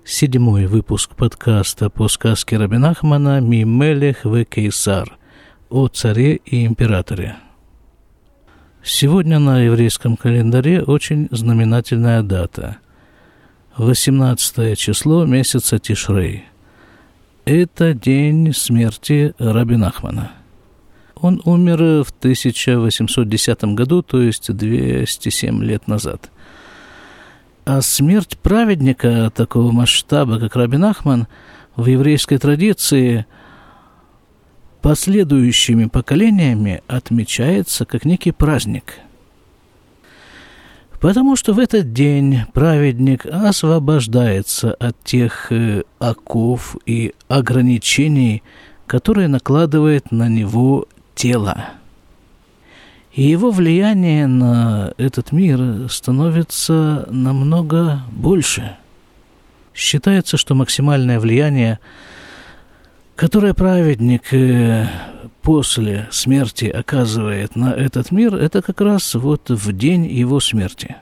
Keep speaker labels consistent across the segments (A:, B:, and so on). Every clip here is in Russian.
A: 7-й выпуск подкаста по сказке Раби Нахмана «Ми мелех ве кейсар» о царе и императоре. Сегодня на еврейском календаре очень знаменательная дата. 18 число месяца Тишрей. Это день смерти Раби Нахмана. Он умер в 1810 году, то есть 207 лет назад. А смерть праведника такого масштаба, как Раби Нахман, в еврейской традиции последующими поколениями отмечается как некий праздник. Потому что в этот день праведник освобождается от тех оков и ограничений, которые накладывает на него тело. И его влияние на этот мир становится намного больше. Считается, что максимальное влияние, которое праведник после смерти оказывает на этот мир, это как раз вот в день его смерти.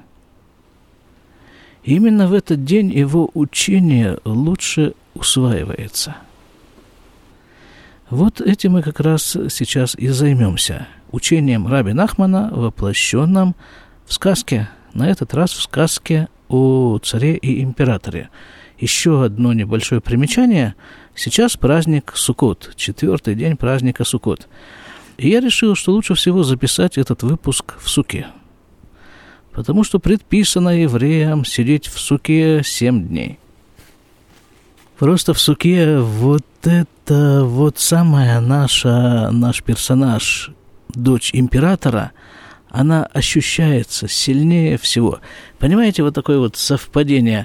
A: Именно в этот день его учение лучше усваивается. Вот этим мы как раз сейчас и займемся. Учением Раби Нахмана, воплощенным в сказке, на этот раз в сказке о царе и императоре. Еще одно небольшое примечание. Сейчас праздник Суккот, 4-й день праздника Суккот. И я решил, что лучше всего записать этот выпуск в суке. Потому что предписано евреям сидеть в суке 7 дней. Просто в суке вот это вот самая наш персонаж, дочь императора, она ощущается сильнее всего. Понимаете, вот такое вот совпадение,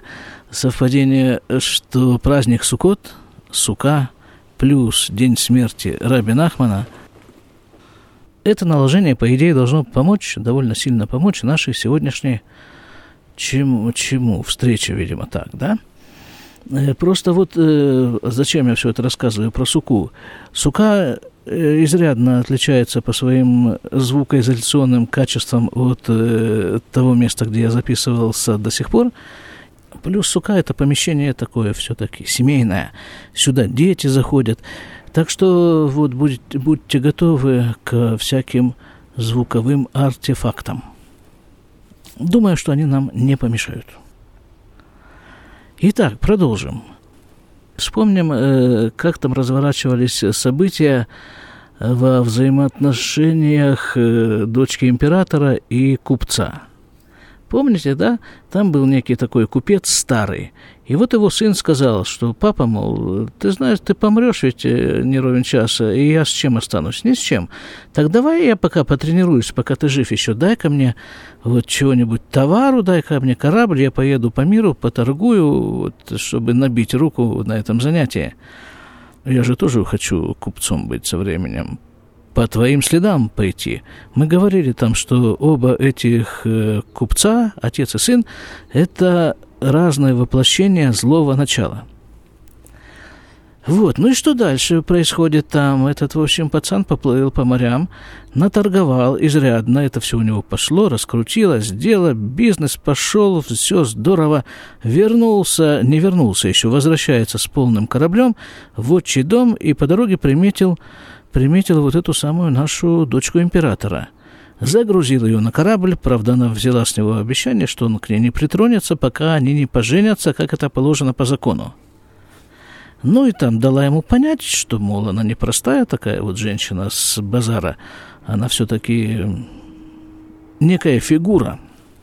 A: что праздник Суккот, сука, плюс день смерти Раби Нахмана, это наложение, по идее, должно помочь, довольно сильно помочь нашей сегодняшней чему встрече, видимо, так, да? Просто вот зачем я все это рассказываю про суку? Сука изрядно отличается по своим звукоизоляционным качествам от того места, где я записывался до сих пор. Плюс сука – это помещение такое все-таки семейное. Сюда дети заходят. Так что вот будьте готовы к всяким звуковым артефактам. Думаю, что они нам не помешают. Итак, продолжим. Вспомним, как там разворачивались события во взаимоотношениях дочки императора и купца. Помните, да? Там был некий такой купец старый. И вот его сын сказал, что папа, мол, ты знаешь, ты помрешь ведь не ровен час, и я с чем останусь? Ни с чем. Так давай я пока потренируюсь, пока ты жив еще, дай-ка мне вот чего-нибудь товару, дай-ка мне корабль, я поеду по миру, поторгую, вот, чтобы набить руку на этом занятии. Я же тоже хочу купцом быть со временем. По твоим следам пойти. Мы говорили там, что оба этих купца, отец и сын, это разное воплощение злого начала. Вот, ну и что дальше происходит там? Этот, в общем, пацан поплыл по морям, наторговал изрядно, это все у него пошло, раскрутилось, дело, бизнес пошел, все здорово, не вернулся еще, возвращается с полным кораблем в отчий дом и по дороге приметил вот эту самую нашу дочку императора. Загрузил ее на корабль, правда, она взяла с него обещание, что он к ней не притронется, пока они не поженятся, как это положено по закону. Ну и там дала ему понять, что, мол, она непростая такая вот женщина с базара, она все-таки некая фигура.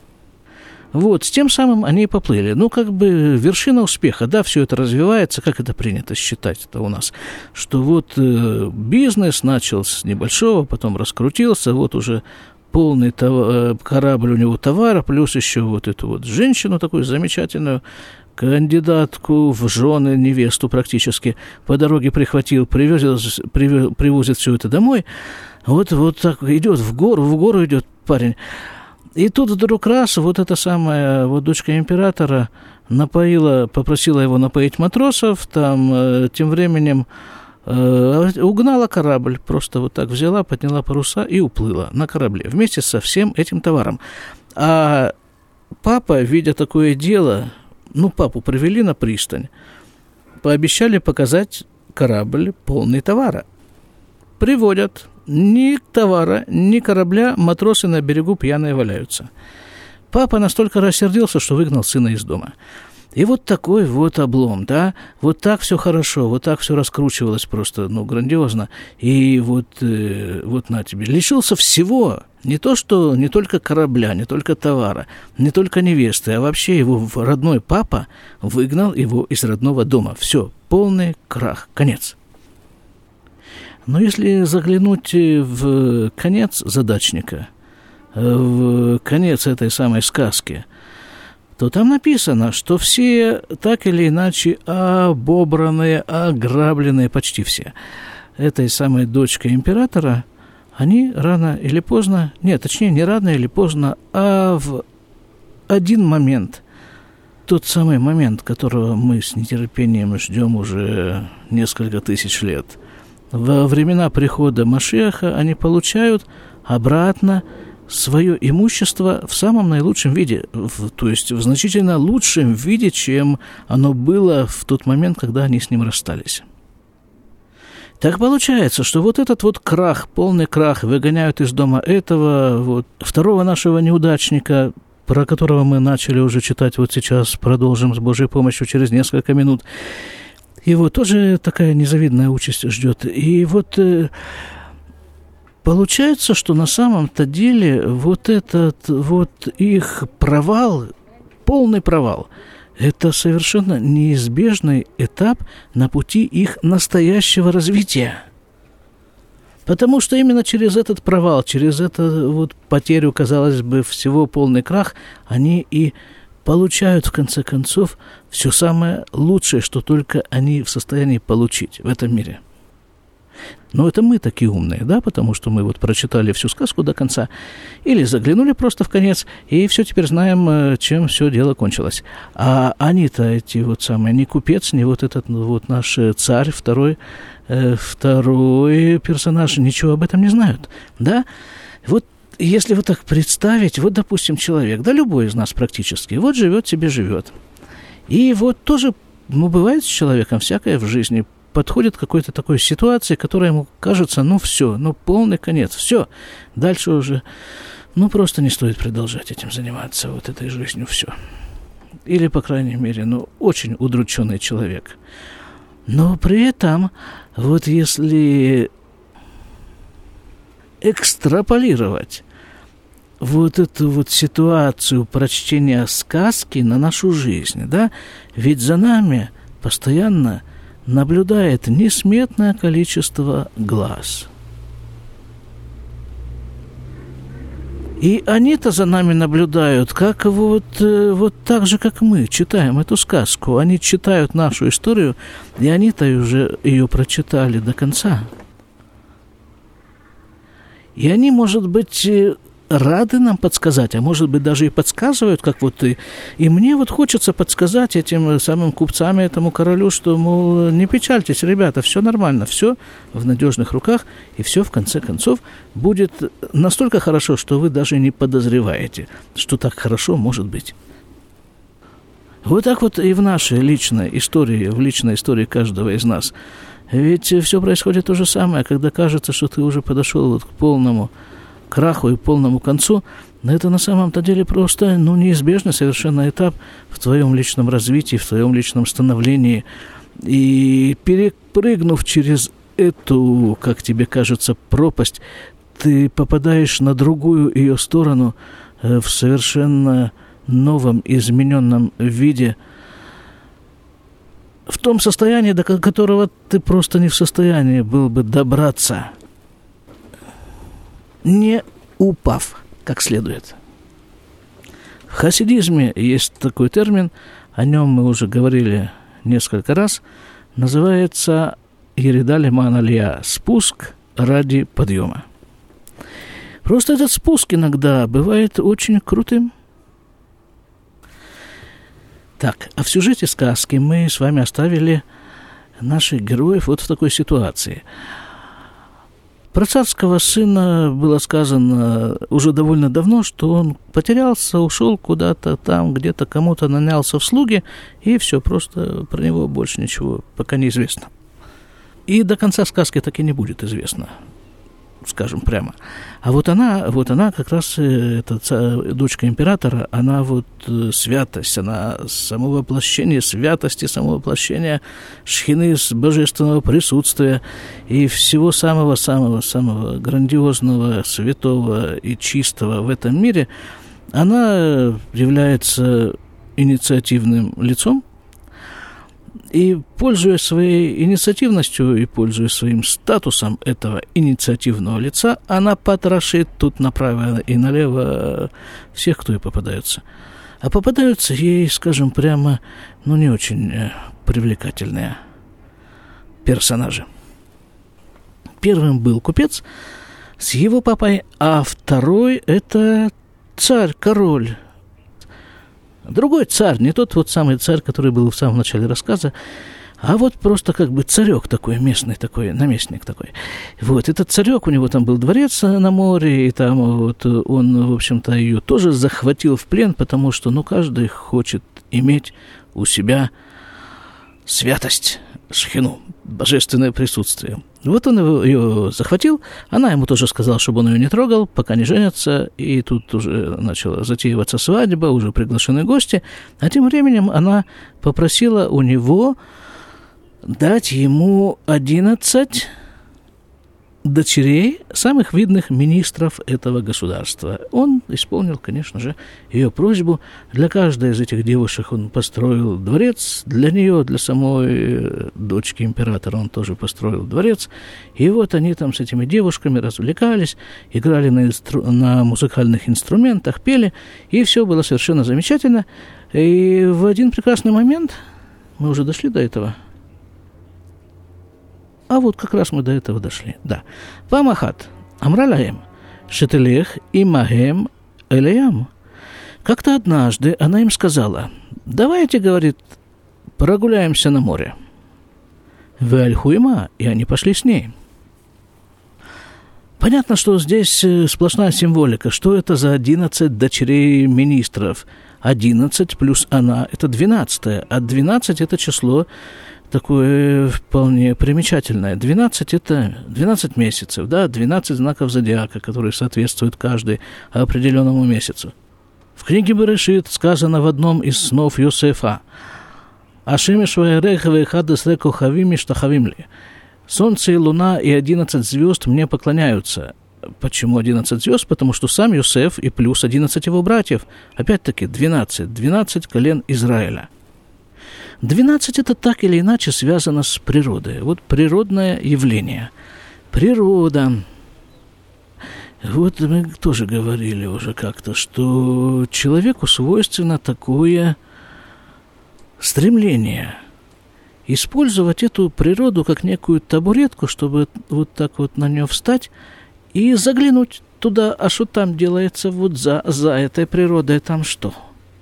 A: Вот, с тем самым они и поплыли. Ну, как бы вершина успеха, да, все это развивается, как это принято считать-то у нас, что вот бизнес начал с небольшого, потом раскрутился, вот уже полный корабль у него товара, плюс еще вот эту вот женщину такую замечательную, кандидатку в жены, невесту практически, по дороге прихватил, привозит все это домой, вот так идет в гору идет парень. И тут вдруг раз, вот эта самая вот дочка императора попросила его напоить матросов, там тем временем угнала корабль, просто вот так взяла, подняла паруса и уплыла на корабле вместе со всем этим товаром. А папа, видя такое дело, папу привели на пристань, пообещали показать корабль полный товара. Приводят. Ни товара, ни корабля, матросы на берегу пьяные валяются. Папа настолько рассердился, что выгнал сына из дома. И вот такой вот облом, да, вот так все хорошо, вот так все раскручивалось просто, грандиозно. И вот на тебе, лишился всего, не только корабля, не только товара, не только невесты, а вообще его родной папа выгнал его из родного дома. Все, полный крах, конец. Но если заглянуть в конец задачника, в конец этой самой сказки, то там написано, что все так или иначе обобранные, ограбленные, почти все, этой самой дочкой императора, они рано или поздно, не рано или поздно, а в один момент, тот самый момент, которого мы с нетерпением ждем уже несколько тысяч лет, во времена прихода Машиаха они получают обратно свое имущество в самом наилучшем виде, то есть в значительно лучшем виде, чем оно было в тот момент, когда они с ним расстались. Так получается, что вот этот вот крах, полный крах, выгоняют из дома этого, второго нашего неудачника, про которого мы начали уже читать вот сейчас, продолжим с Божьей помощью через несколько минут. Его тоже такая незавидная участь ждет. И получается, что на самом-то деле вот этот вот их провал, полный провал, это совершенно неизбежный этап на пути их настоящего развития. Потому что именно через этот провал, через эту потерю, казалось бы, всего полный крах, они и получают, в конце концов, все самое лучшее, что только они в состоянии получить в этом мире. Но это мы такие умные, да, потому что мы прочитали всю сказку до конца или заглянули просто в конец, и все теперь знаем, чем все дело кончилось. А они-то эти самые, ни купец, ни этот наш царь, второй персонаж, ничего об этом не знают, да? Если так представить, допустим, человек, да любой из нас практически, живет себе, живет. И тоже, бывает с человеком всякое в жизни, подходит к какой-то такой ситуации, которая ему кажется, все, полный конец, все, дальше уже, просто не стоит продолжать этим заниматься, этой жизнью, все. Или, по крайней мере, очень удрученный человек. Но при этом, если экстраполировать эту ситуацию прочтения сказки на нашу жизнь, да, ведь за нами постоянно наблюдает несметное количество глаз. И они-то за нами наблюдают, как так же, как мы читаем эту сказку. Они читают нашу историю, и они-то уже ее прочитали до конца. И они, может быть, рады нам подсказать, а может быть, даже и подсказывают, как и мне хочется подсказать этим самым купцам, этому королю, что, не печальтесь, ребята, все нормально, все в надежных руках, и все, в конце концов, будет настолько хорошо, что вы даже не подозреваете, что так хорошо может быть. Так и в нашей личной истории, в личной истории каждого из нас. Ведь все происходит то же самое, когда кажется, что ты уже подошел к полному краху и полному концу, но это на самом-то деле просто неизбежный совершенно этап в твоем личном развитии, в твоем личном становлении. И перепрыгнув через эту, как тебе кажется, пропасть, ты попадаешь на другую ее сторону в совершенно новом, измененном виде, в том состоянии, до которого ты просто не в состоянии был бы добраться, не упав как следует. В хасидизме есть такой термин, о нем мы уже говорили несколько раз, называется «Ерида леман алия» – спуск ради подъема. Просто этот спуск иногда бывает очень крутым. Так, а в сюжете сказки мы с вами оставили наших героев в такой ситуации. Про царского сына было сказано уже довольно давно, что он потерялся, ушел куда-то там, где-то кому-то нанялся в слуги, и все, просто про него больше ничего пока не известно. И до конца сказки так и не будет известно, скажем прямо. А вот она как раз, эта дочка императора, она вот святость, она самовоплощение святости, самовоплощение шхины, божественного присутствия и всего самого-самого-самого грандиозного, святого и чистого в этом мире. Она является инициативным лицом, и, пользуясь своей инициативностью и пользуясь своим статусом этого инициативного лица, она потрошит тут направо и налево всех, кто ей попадается. А попадаются ей, скажем прямо, не очень привлекательные персонажи. Первым был купец с его папой, а второй – это царь, король. Другой царь, не тот вот самый царь, который был в самом начале рассказа, а вот просто как бы царек такой, местный такой, наместник такой. Вот, этот царек, у него там был дворец на море, и там вот он, в общем-то, ее тоже захватил в плен, потому что, каждый хочет иметь у себя святость, шхину, божественное присутствие. Вот он ее захватил, она ему тоже сказала, чтобы он ее не трогал, пока не женятся, и тут уже начала затеиваться свадьба, уже приглашены гости, а тем временем она попросила у него дать ему 11 дочерей самых видных министров этого государства. Он исполнил, конечно же, ее просьбу. Для каждой из этих девушек он построил дворец. Для нее, для самой дочки императора, он тоже построил дворец. И вот они там с этими девушками развлекались, играли на музыкальных инструментах, пели, и все было совершенно замечательно. И в один прекрасный момент, мы уже дошли до этого, а вот как раз мы до этого дошли. Да. Памахат, амралаем, шетелех имахем элеям. Как-то однажды она им сказала: давайте, говорит, прогуляемся на море. Вальхуима, и они пошли с ней. Понятно, что здесь сплошная символика. Что это за 11 дочерей министров? 11 плюс она – это 12. А 12 – это число такое вполне примечательное. 12 – это 12 месяцев, да, 12 знаков зодиака, которые соответствуют каждый определенному месяцу. В книге Берешит сказано в одном из снов Йосефа: «Ашемеш ваэрех вэхадес рэко хавим иштахавим ли». Солнце и луна и 11 звезд мне поклоняются. Почему 11 звезд? Потому что сам Йосеф и плюс 11 его братьев. Опять-таки 12 колен Израиля. 12 это так или иначе связано с природой. Вот природное явление. Природа. Вот мы тоже говорили уже как-то, что человеку свойственно такое стремление использовать эту природу как некую табуретку, чтобы вот так вот на нее встать и заглянуть туда, а что там делается вот за этой природой, там что?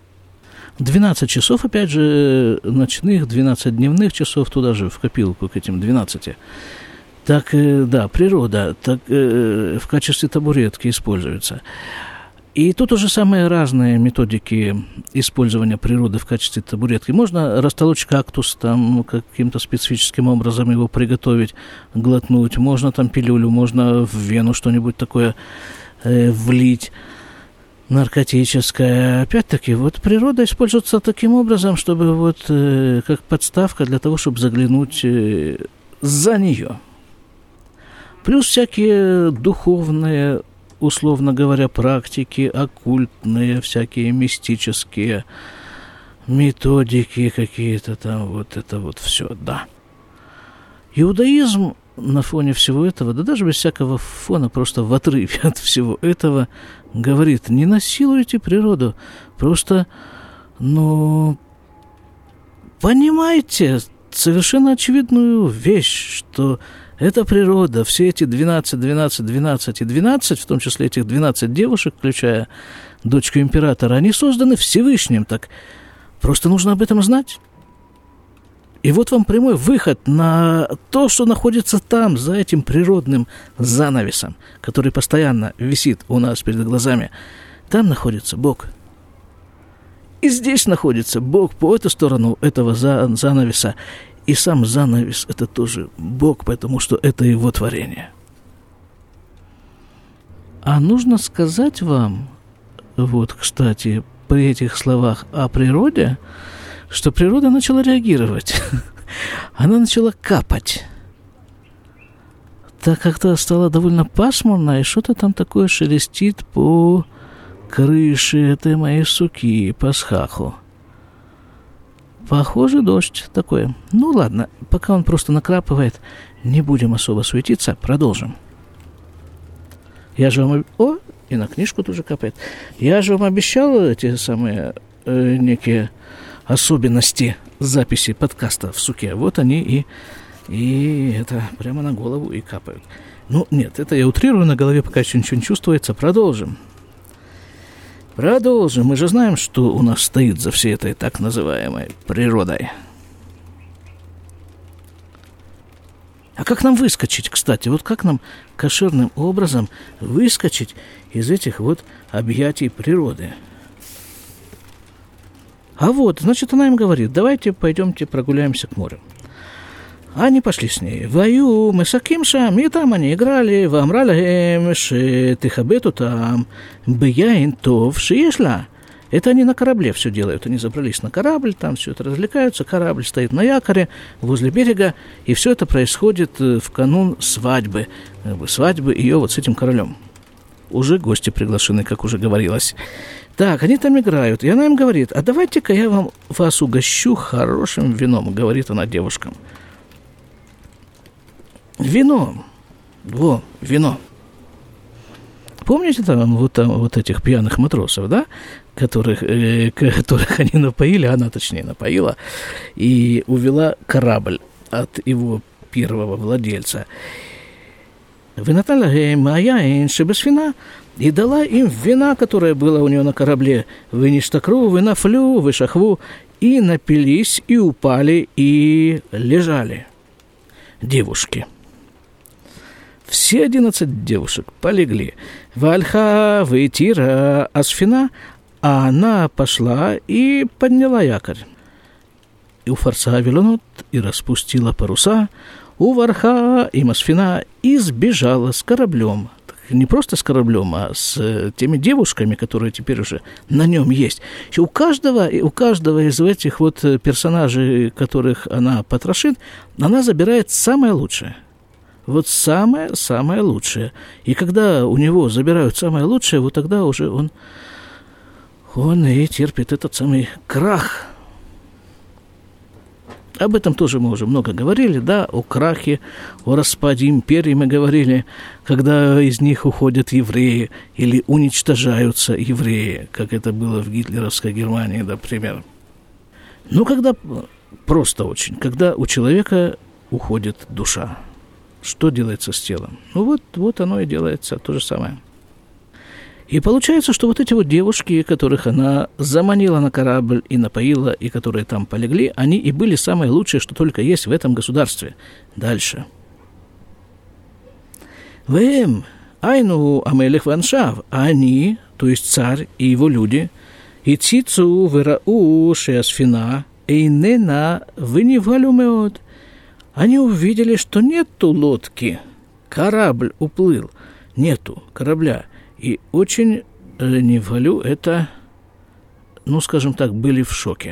A: 12 часов, опять же, ночных, 12 дневных часов, туда же, в копилку к этим 12. Так, да, природа так, в качестве табуретки используется. И тут уже самые разные методики использования природы в качестве табуретки. Можно растолочь кактус, там, каким-то специфическим образом его приготовить, глотнуть. Можно там пилюлю, можно в вену что-нибудь такое влить. Наркотическая. Опять-таки, вот природа используется таким образом, чтобы вот как подставка для того, чтобы заглянуть за нее. Плюс всякие духовные, условно говоря, практики, оккультные, всякие мистические методики какие-то там, вот это вот все, да. Иудаизм на фоне всего этого, да даже без всякого фона, просто в отрыве от всего этого, говорит: не насилуйте природу, просто, понимаете совершенно очевидную вещь, что эта природа, все эти 12, и 12, в том числе этих 12 девушек, включая дочку императора, они созданы Всевышним, так просто нужно об этом знать. И вот вам прямой выход на то, что находится там, за этим природным занавесом, который постоянно висит у нас перед глазами. Там находится Бог. И здесь находится Бог по эту сторону этого занавеса. И сам занавес – это тоже Бог, потому что это Его творение. А нужно сказать вам, вот, кстати, при этих словах о природе, что природа начала реагировать. Она начала капать. Так как-то стало довольно пасмурно, и что-то там такое шелестит по крыше этой моей суки, по схаху. Похоже, дождь такой. Ну ладно, пока он просто накрапывает, не будем особо суетиться, продолжим. Я же вам... О, и на книжку тоже капает. Я же вам обещал эти самые некие особенности записи подкаста в суке. Вот они и это прямо на голову и капают. Ну, нет, это я утрирую, на голове пока еще ничего не чувствуется. Продолжим. Мы же знаем, что у нас стоит за всей этой так называемой природой. А как нам выскочить, кстати? Вот как нам кошерным образом выскочить из этих вот объятий природы? А вот, значит, она им говорит, давайте пойдемте прогуляемся к морю. Они пошли с ней. Ваю, мы саким шам, и там они играли. Вамра лагем, шетихабету там, бияин тов, шиешла. Это они на корабле все делают. Они забрались на корабль, там все это развлекаются. Корабль стоит на якоре возле берега, и все это происходит в канун свадьбы. Свадьбы ее вот с этим королем. Уже гости приглашены, как уже говорилось. Так, они там играют, и она им говорит, а давайте-ка я вас угощу хорошим вином, говорит она девушкам. Вино. Вино. Помните там вот этих пьяных матросов, да? Которых они напоили, она точнее напоила, и увела корабль от его первого владельца. И дала им вина, которое было у нее на корабле. Выништакру, вынафлю, вышахву. И напились, и упали, и лежали. Девушки. Все 11 девушек полегли. Вальха, вытира, асфина. А она пошла и подняла якорь. И у форса вилонот, и распустила паруса. У варха и масфина, и сбежала с кораблем. Не просто с кораблем, а с теми девушками, которые теперь уже на нем есть. И у каждого из этих вот персонажей, которых она потрошит, она забирает самое лучшее. Вот самое лучшее. И когда у него забирают самое лучшее, вот тогда уже он и терпит этот самый крах. Об этом тоже мы уже много говорили, да, о крахе, о распаде империи мы говорили, когда из них уходят евреи или уничтожаются евреи, как это было в гитлеровской Германии, например. Ну, когда просто очень, когда у человека уходит душа, что делается с телом? Ну, вот оно и делается, то же самое. И получается, что вот эти вот девушки, которых она заманила на корабль и напоила, и которые там полегли, они и были самые лучшие, что только есть в этом государстве. Дальше. Вэм, айну амелех ваншав, они, то есть царь и его люди, и цицу вырау шеасфина, эйнена вынивалю меот. Они увидели, что нету лодки, корабль уплыл, нету корабля. И очень невалю это, ну, скажем так, были в шоке.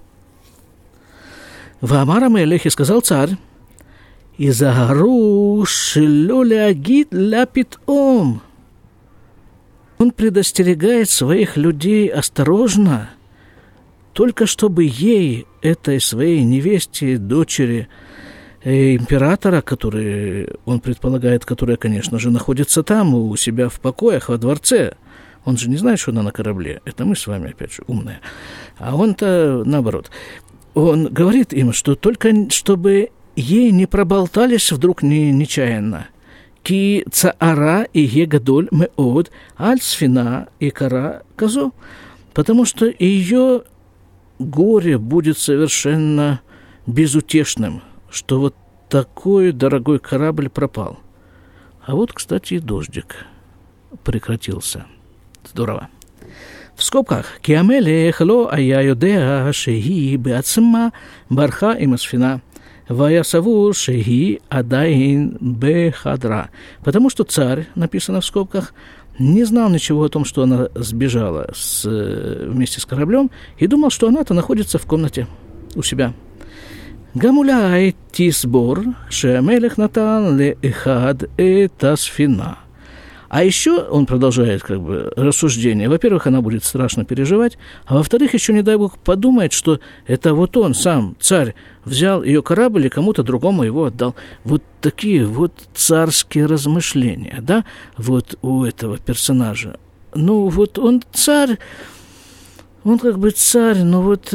A: Ваамар Мелех, и сказал царь, «Изагару шело леагид ляпит ом». Он предостерегает своих людей осторожно, только чтобы ей, этой своей невесте, дочери императора, который, он предполагает, которая, конечно же, находится там, у себя в покоях, во дворце. Он же не знает, что она на корабле. Это мы с вами, опять же, умные. А он-то, наоборот. Он говорит им, что только чтобы ей не проболтались вдруг нечаянно. Ки цаара и егадоль меод аль сфина и кара казо. Потому что ее горе будет совершенно безутешным, что вот такой дорогой корабль пропал. А вот, кстати, и дождик прекратился. Здорово. В скобках «Ки амелех ло ая йодеа шеги беацма барха им асфина вая савур шеги адайн бехадра». Потому что царь, написано в скобках, не знал ничего о том, что она сбежала вместе с кораблем, и думал, что она-то находится в комнате у себя. «Гамуляй тисбор шеамелех натан ле эхад этасфина». А еще он продолжает рассуждение. Во-первых, она будет страшно переживать, а во-вторых, еще, не дай бог, подумает, что это вот он сам, царь, взял ее корабль и кому-то другому его отдал. Вот такие вот царские размышления, да, вот у этого персонажа. Ну, вот он царь, он царь, но вот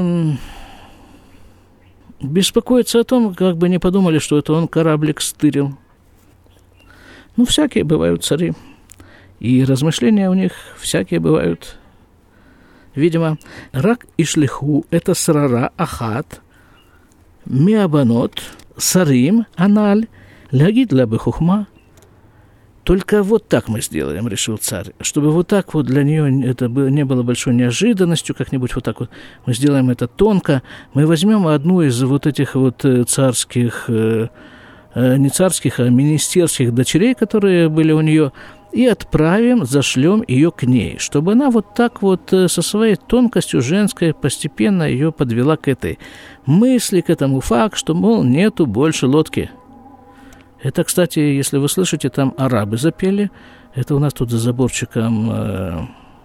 A: беспокоится о том, как бы не подумали, что это он кораблик стырил. Ну, всякие бывают цари, и размышления у них всякие бывают. Видимо, рак и шлиху – это срара ахат, миабанот, сарим, аналь, лягид ла бехухма. Только вот так мы сделаем, решил царь, чтобы вот так вот для нее это не было большой неожиданностью, как-нибудь вот так вот мы сделаем это тонко. Мы возьмем одну из вот этих вот царских, не царских, а министерских дочерей, которые были у нее, и отправим, зашлем ее к ней, чтобы она вот так вот со своей тонкостью женской постепенно ее подвела к этой мысли, к этому факту, что, мол, нету больше лодки. Это, кстати, если вы слышите, там арабы запели, это у нас тут за заборчиком.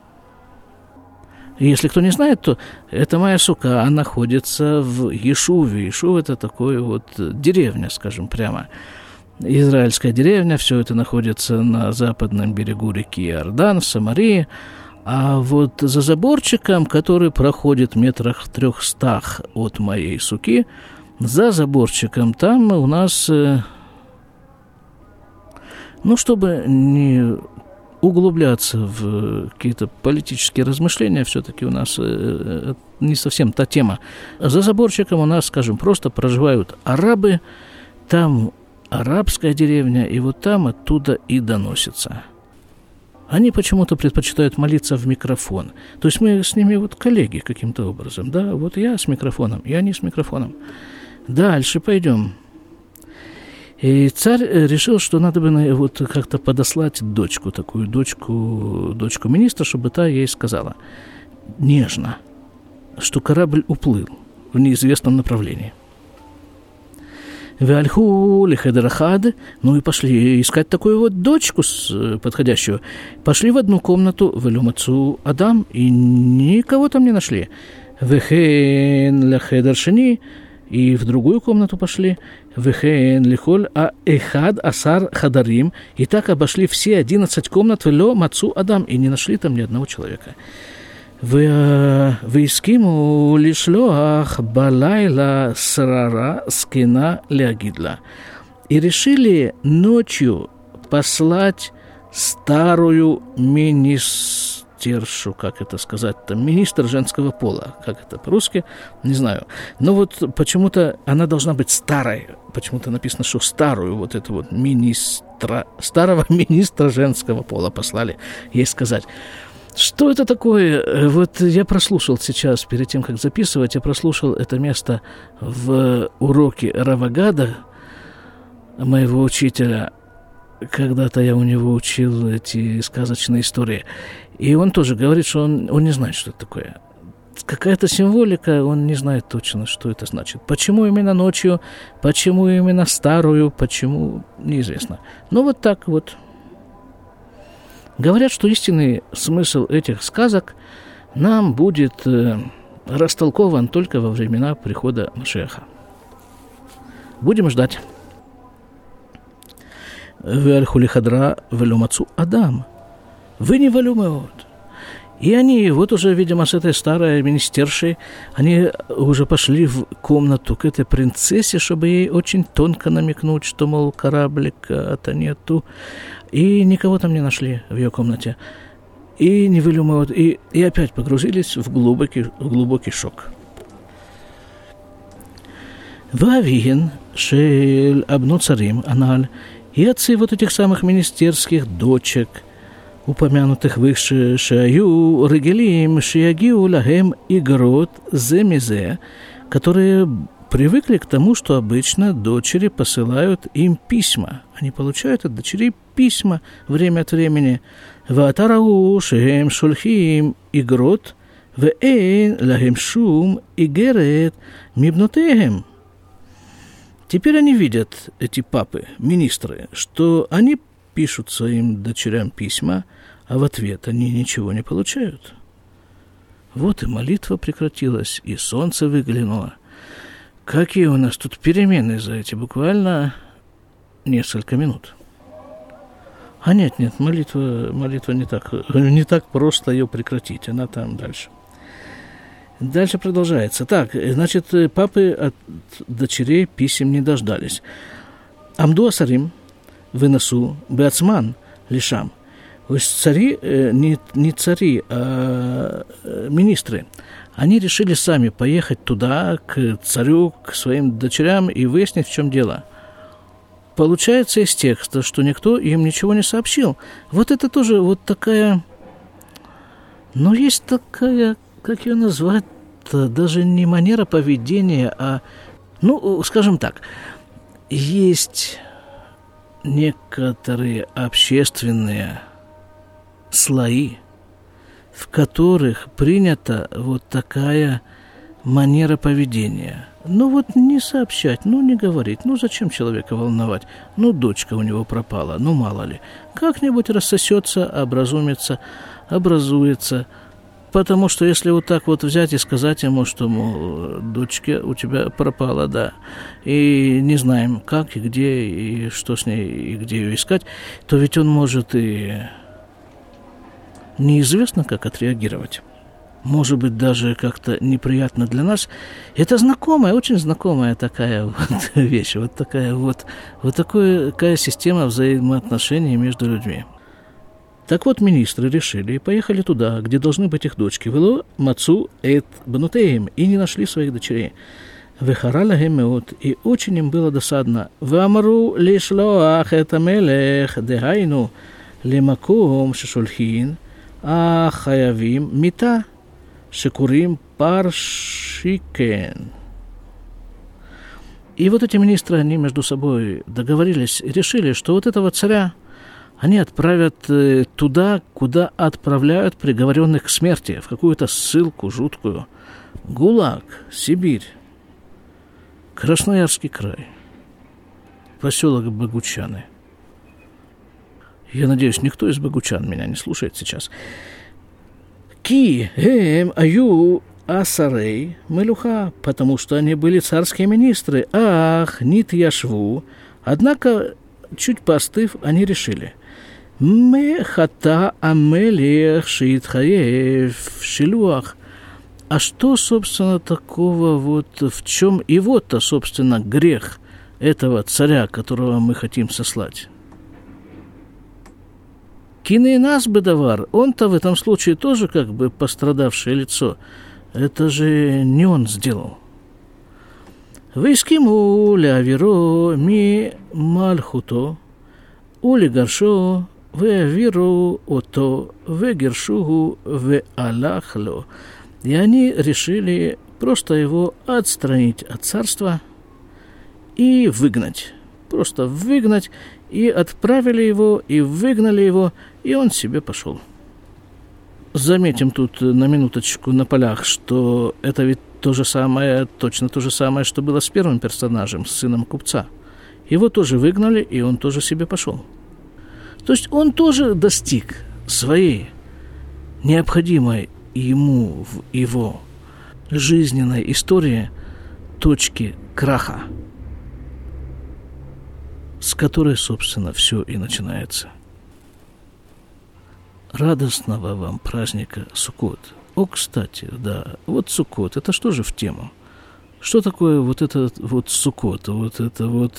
A: Если кто не знает, то это моя сука, она находится в Ешуве. Ешув – это такой вот деревня, скажем прямо. Израильская деревня, все это находится на западном берегу реки Иордан, в Самарии. А вот за заборчиком, который проходит 300 метрах от моей суки, за заборчиком там у нас, чтобы не углубляться в какие-то политические размышления, все-таки у нас не совсем та тема. За заборчиком у нас, скажем, просто проживают арабы, там арабская деревня, и вот там оттуда и доносится. Они почему-то предпочитают молиться в микрофон. То есть мы с ними вот коллеги каким-то образом, да, вот я с микрофоном, и они с микрофоном. Дальше пойдем. И царь решил, что надо бы вот как-то подослать дочку министра, чтобы та ей сказала нежно, что корабль уплыл в неизвестном направлении. Вальху лихедрахад, и пошли искать такую вот дочку подходящую. Пошли в одну комнату, в Элюмацу Адам, и никого там не нашли. Вехен лахедаршини, и в другую комнату пошли. Вехен лихоль эхад асар хадарим, и так обошли все 11 комнат в Элюмацу Адам, и не нашли там ни одного человека. Вискиму лишлоах балайла срара скина лягидла. И решили ночью послать старую министершу, как это сказать-то, министр женского пола, как это по-русски, не знаю. Но вот почему-то она должна быть старой, почему-то написано, что старую вот эту вот старого министра женского пола послали ей сказать. Что это такое? Вот я прослушал сейчас, перед тем, как записывать, я прослушал это место в уроке Равагада, моего учителя. Когда-то я у него учил эти сказочные истории. И он тоже говорит, что он не знает, что это такое. Какая-то символика, он не знает точно, что это значит. Почему именно ночью, почему именно старую, почему, неизвестно. Но вот так вот. Говорят, что истинный смысл этих сказок нам будет растолкован только во времена прихода Машиаха. Будем ждать. Вальху лихадра велюмацу Адам. Вы не валюмеот. И они, вот уже, видимо, с этой старой министершей, они уже пошли в комнату к этой принцессе, чтобы ей очень тонко намекнуть, что, мол, кораблика-то нету. И никого там не нашли в ее комнате. И не вылюмывают, и опять погрузились в глубокий шок. Вавиген, шель, абну царим, аналь. И отцы вот этих самых министерских дочек, упомянутых выше, шаю, регелим, шиягиу, лагем, игрот, земизе, которые привыкли к тому, что обычно дочери посылают им письма. Они получают от дочерей письма время от времени. Ватарау, шеем, шульхим, игрот, вэйн, лагем, шум, игерет, мибнутегем. Теперь они видят, эти папы, министры, что они пишут своим дочерям письма, а в ответ они ничего не получают. Вот и молитва прекратилась, и солнце выглянуло. Какие у нас тут перемены за эти буквально несколько минут. А нет, молитва не так просто ее прекратить, она там дальше. Дальше продолжается. Так, значит, папы от дочерей писем не дождались. Амду асарим выносу беацман лишам. То есть цари, не цари, а министры, они решили сами поехать туда, к царю, к своим дочерям и выяснить, в чем дело. Получается из текста, что никто им ничего не сообщил. Вот это тоже вот такая... Но есть такая... Как ее назвать-то? Даже не манера поведения, а, скажем так, есть некоторые общественные слои, в которых принята вот такая манера поведения. Не сообщать, не говорить, зачем человека волновать? Дочка у него пропала, мало ли. Как-нибудь рассосется, образуется, потому что если вот так вот взять и сказать ему, что, мол, дочка у тебя пропала, да, и не знаем, как и где, и что с ней, и где ее искать, то ведь он может и неизвестно, как отреагировать. Может быть, даже как-то неприятно для нас. Это знакомая, очень знакомая такая вот вещь, такая система взаимоотношений между людьми. Так вот, министры решили и поехали туда, где должны быть их дочки. Вело мацу эт бнутеем, и не нашли своих дочерей. Вехарала гемеот, и очень им было досадно. Вамару лишлоах эт амелех дехайну лемаком шешульхин ахаявим мита шекурим паршикен. И вот эти министры, они между собой договорились и решили, что вот этого царя они отправят туда, куда отправляют приговоренных к смерти, в какую-то ссылку жуткую. ГУЛАГ, Сибирь, Красноярский край, поселок Богучаны. Я надеюсь, никто из богучан меня не слушает сейчас. Ки аю асарей мелюха, потому что они были царские министры. Ах, нит яшву. Однако, чуть поостыв, они решили. Мехата амелех шиитхаев шилуах. А что, собственно, такого в чем его-то, собственно, грех этого царя, которого мы хотим сослать? Киней нас бедовар, он-то в этом случае тоже как бы пострадавшее лицо. Это же не он сделал. Вискиму лявиро ми мальхуто, ули гаршо, вевиру ото, вегершугу, веалахло. И они решили просто его отстранить от царства и выгнать. Просто выгнать. И отправили его, и выгнали его, и он себе пошел. Заметим тут на минуточку на полях, что это ведь точно то же самое, что было с первым персонажем, с сыном купца. Его тоже выгнали, и он тоже себе пошел. То есть он тоже достиг своей необходимой ему в его жизненной истории точки краха, с которой, собственно, все и начинается. Радостного вам праздника Суккот. Кстати, да, вот Суккот, это что же в тему? Что такое вот этот вот Суккот, вот это вот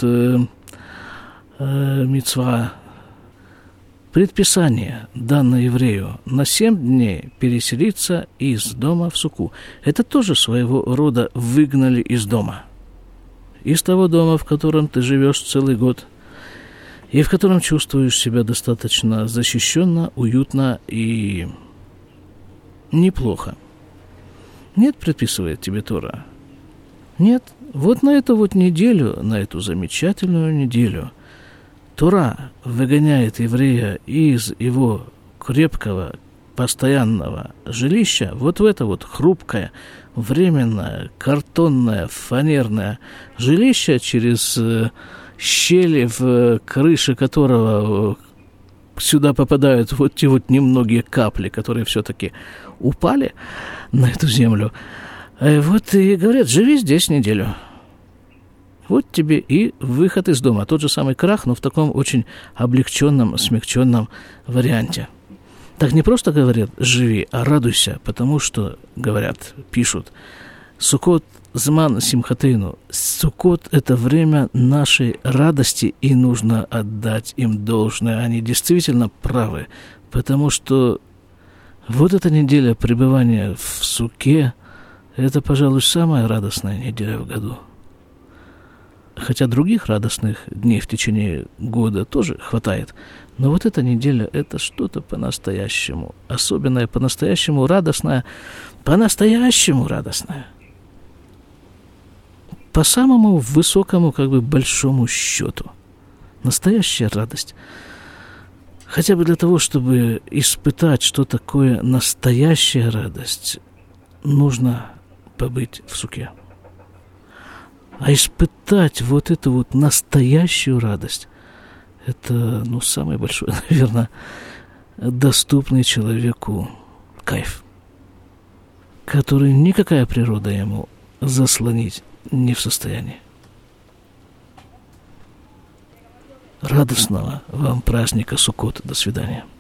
A: мицва, предписание, данное еврею, на 7 дней переселиться из дома в Сукку. Это тоже своего рода выгнали из дома. из того дома, в котором ты живешь целый год, и в котором чувствуешь себя достаточно защищенно, уютно и неплохо. Нет, предписывает тебе Тора. Нет, вот на эту вот неделю, на эту замечательную неделю Тора выгоняет еврея из его крепкого, постоянного жилища вот в это вот хрупкое, временное, картонное, фанерное жилище, через щели в крыше которого сюда попадают вот те вот немногие капли, которые все-таки упали на эту землю. Вот и говорят, живи здесь неделю. Вот тебе и выход из дома. Тот же самый крах, но в таком очень облегченном, смягченном варианте. Так не просто говорят «живи», а радуйся, потому что, говорят, пишут, «Суккот зман симхатейну». Суккот – это время нашей радости, и нужно отдать им должное. Они действительно правы, потому что вот эта неделя пребывания в суке – это, пожалуй, самая радостная неделя в году. Хотя других радостных дней в течение года тоже хватает. Но вот эта неделя – это что-то по-настоящему особенное, по-настоящему радостное, по-настоящему радостное. По самому высокому, большому счету. Настоящая радость. Хотя бы для того, чтобы испытать, что такое настоящая радость, нужно побыть в суке. А испытать вот эту вот настоящую радость – это, самый большой, наверное, доступный человеку кайф, который никакая природа ему заслонить не в состоянии. Радостного вам праздника Суккот. До свидания.